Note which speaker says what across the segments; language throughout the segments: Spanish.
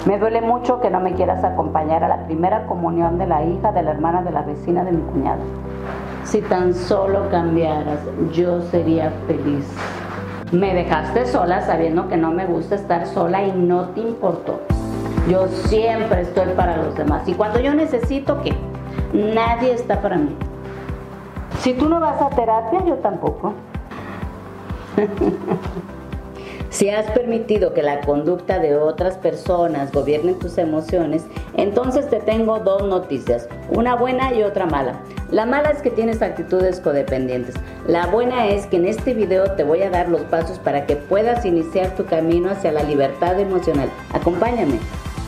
Speaker 1: Me duele mucho que no me quieras acompañar a la primera comunión de la hija de la hermana de la vecina de mi cuñada. Si tan solo cambiaras, yo sería feliz. Me dejaste sola sabiendo que no me gusta estar sola y no te importó. Yo siempre estoy para los demás y cuando yo necesito, ¿qué? Nadie está para mí. Si tú no vas a terapia, yo tampoco. Si has permitido que la conducta de otras personas gobierne tus emociones, entonces te tengo dos noticias, una buena y otra mala. La mala es que tienes actitudes codependientes. La buena es que en este video te voy a dar los pasos para que puedas iniciar tu camino hacia la libertad emocional. Acompáñame.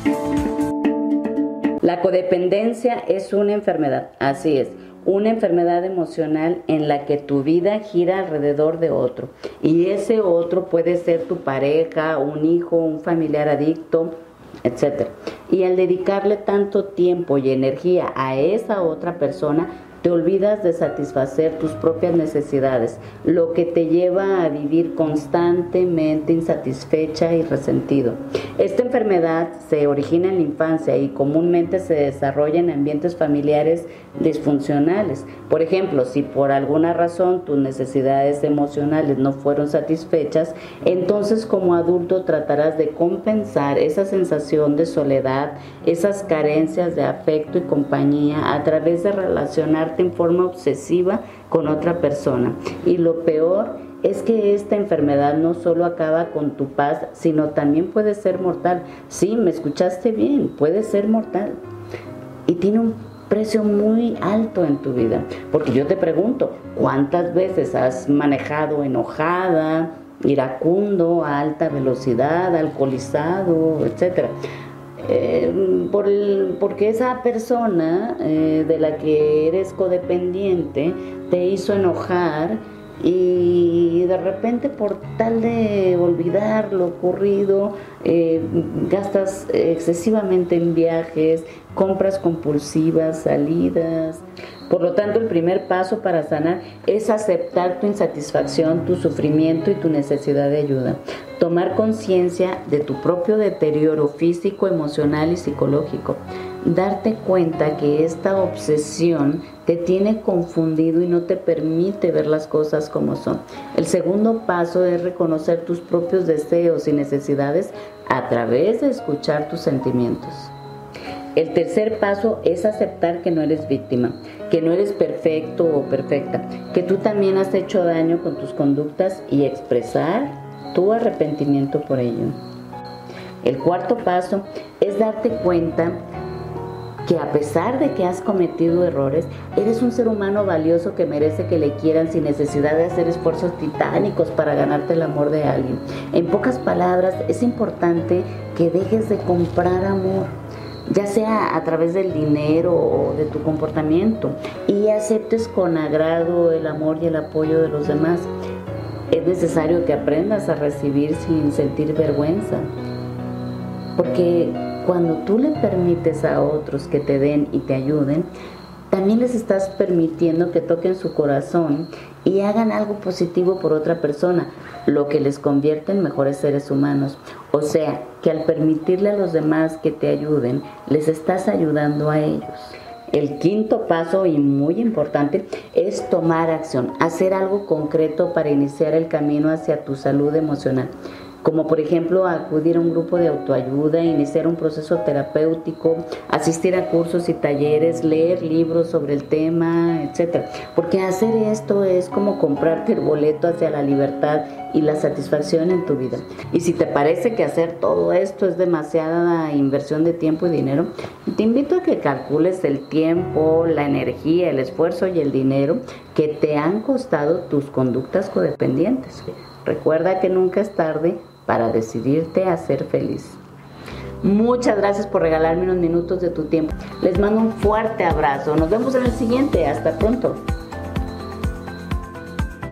Speaker 1: La codependencia es una enfermedad, así es. Una enfermedad emocional en la que tu vida gira alrededor de otro y ese otro puede ser tu pareja, un hijo, un familiar adicto, etc. Y al dedicarle tanto tiempo y energía a esa otra persona, te olvidas de satisfacer tus propias necesidades, lo que te lleva a vivir constantemente insatisfecha y resentido. Esta enfermedad se origina en la infancia y comúnmente se desarrolla en ambientes familiares disfuncionales. Por ejemplo, si por alguna razón tus necesidades emocionales no fueron satisfechas, entonces como adulto tratarás de compensar esa sensación de soledad, esas carencias de afecto y compañía a través de relacionarte en forma obsesiva con otra persona. Y lo peor es que esta enfermedad no solo acaba con tu paz, sino también puede ser mortal. Sí, me escuchaste bien, puede ser mortal. Y tiene un precio muy alto en tu vida. Porque yo te pregunto, ¿cuántas veces has manejado enojada, iracundo, a alta velocidad, alcoholizado, etcétera? Porque esa persona de la que eres codependiente te hizo enojar y de repente por tal de olvidar lo ocurrido gastas excesivamente en viajes, compras compulsivas, salidas. Por lo tanto, el primer paso para sanar es aceptar tu insatisfacción, tu sufrimiento y tu necesidad de ayuda. Tomar conciencia de tu propio deterioro físico, emocional y psicológico. Darte cuenta que esta obsesión te tiene confundido y no te permite ver las cosas como son. El segundo paso es reconocer tus propios deseos y necesidades a través de escuchar tus sentimientos. El tercer paso es aceptar que no eres víctima, que no eres perfecto o perfecta, que tú también has hecho daño con tus conductas y expresar tu arrepentimiento por ello. El cuarto paso es darte cuenta que a pesar de que has cometido errores, eres un ser humano valioso que merece que le quieran sin necesidad de hacer esfuerzos titánicos para ganarte el amor de alguien. En pocas palabras, es importante que dejes de comprar amor, ya sea a través del dinero o de tu comportamiento, y aceptes con agrado el amor y el apoyo de los demás. Es necesario que aprendas a recibir sin sentir vergüenza, porque cuando tú le permites a otros que te den y te ayuden, también les estás permitiendo que toquen su corazón y hagan algo positivo por otra persona, lo que les convierte en mejores seres humanos. O sea, que al permitirle a los demás que te ayuden, les estás ayudando a ellos. El quinto paso, y muy importante, es tomar acción, hacer algo concreto para iniciar el camino hacia tu salud emocional. Como por ejemplo acudir a un grupo de autoayuda, iniciar un proceso terapéutico, asistir a cursos y talleres, leer libros sobre el tema, etc. Porque hacer esto es como comprarte el boleto hacia la libertad y la satisfacción en tu vida. Y si te parece que hacer todo esto es demasiada inversión de tiempo y dinero, te invito a que calcules el tiempo, la energía, el esfuerzo y el dinero que te han costado tus conductas codependientes. Recuerda que nunca es tarde para decidirte a ser feliz. Muchas gracias por regalarme unos minutos de tu tiempo. Les mando un fuerte abrazo. Nos vemos en el siguiente. Hasta pronto.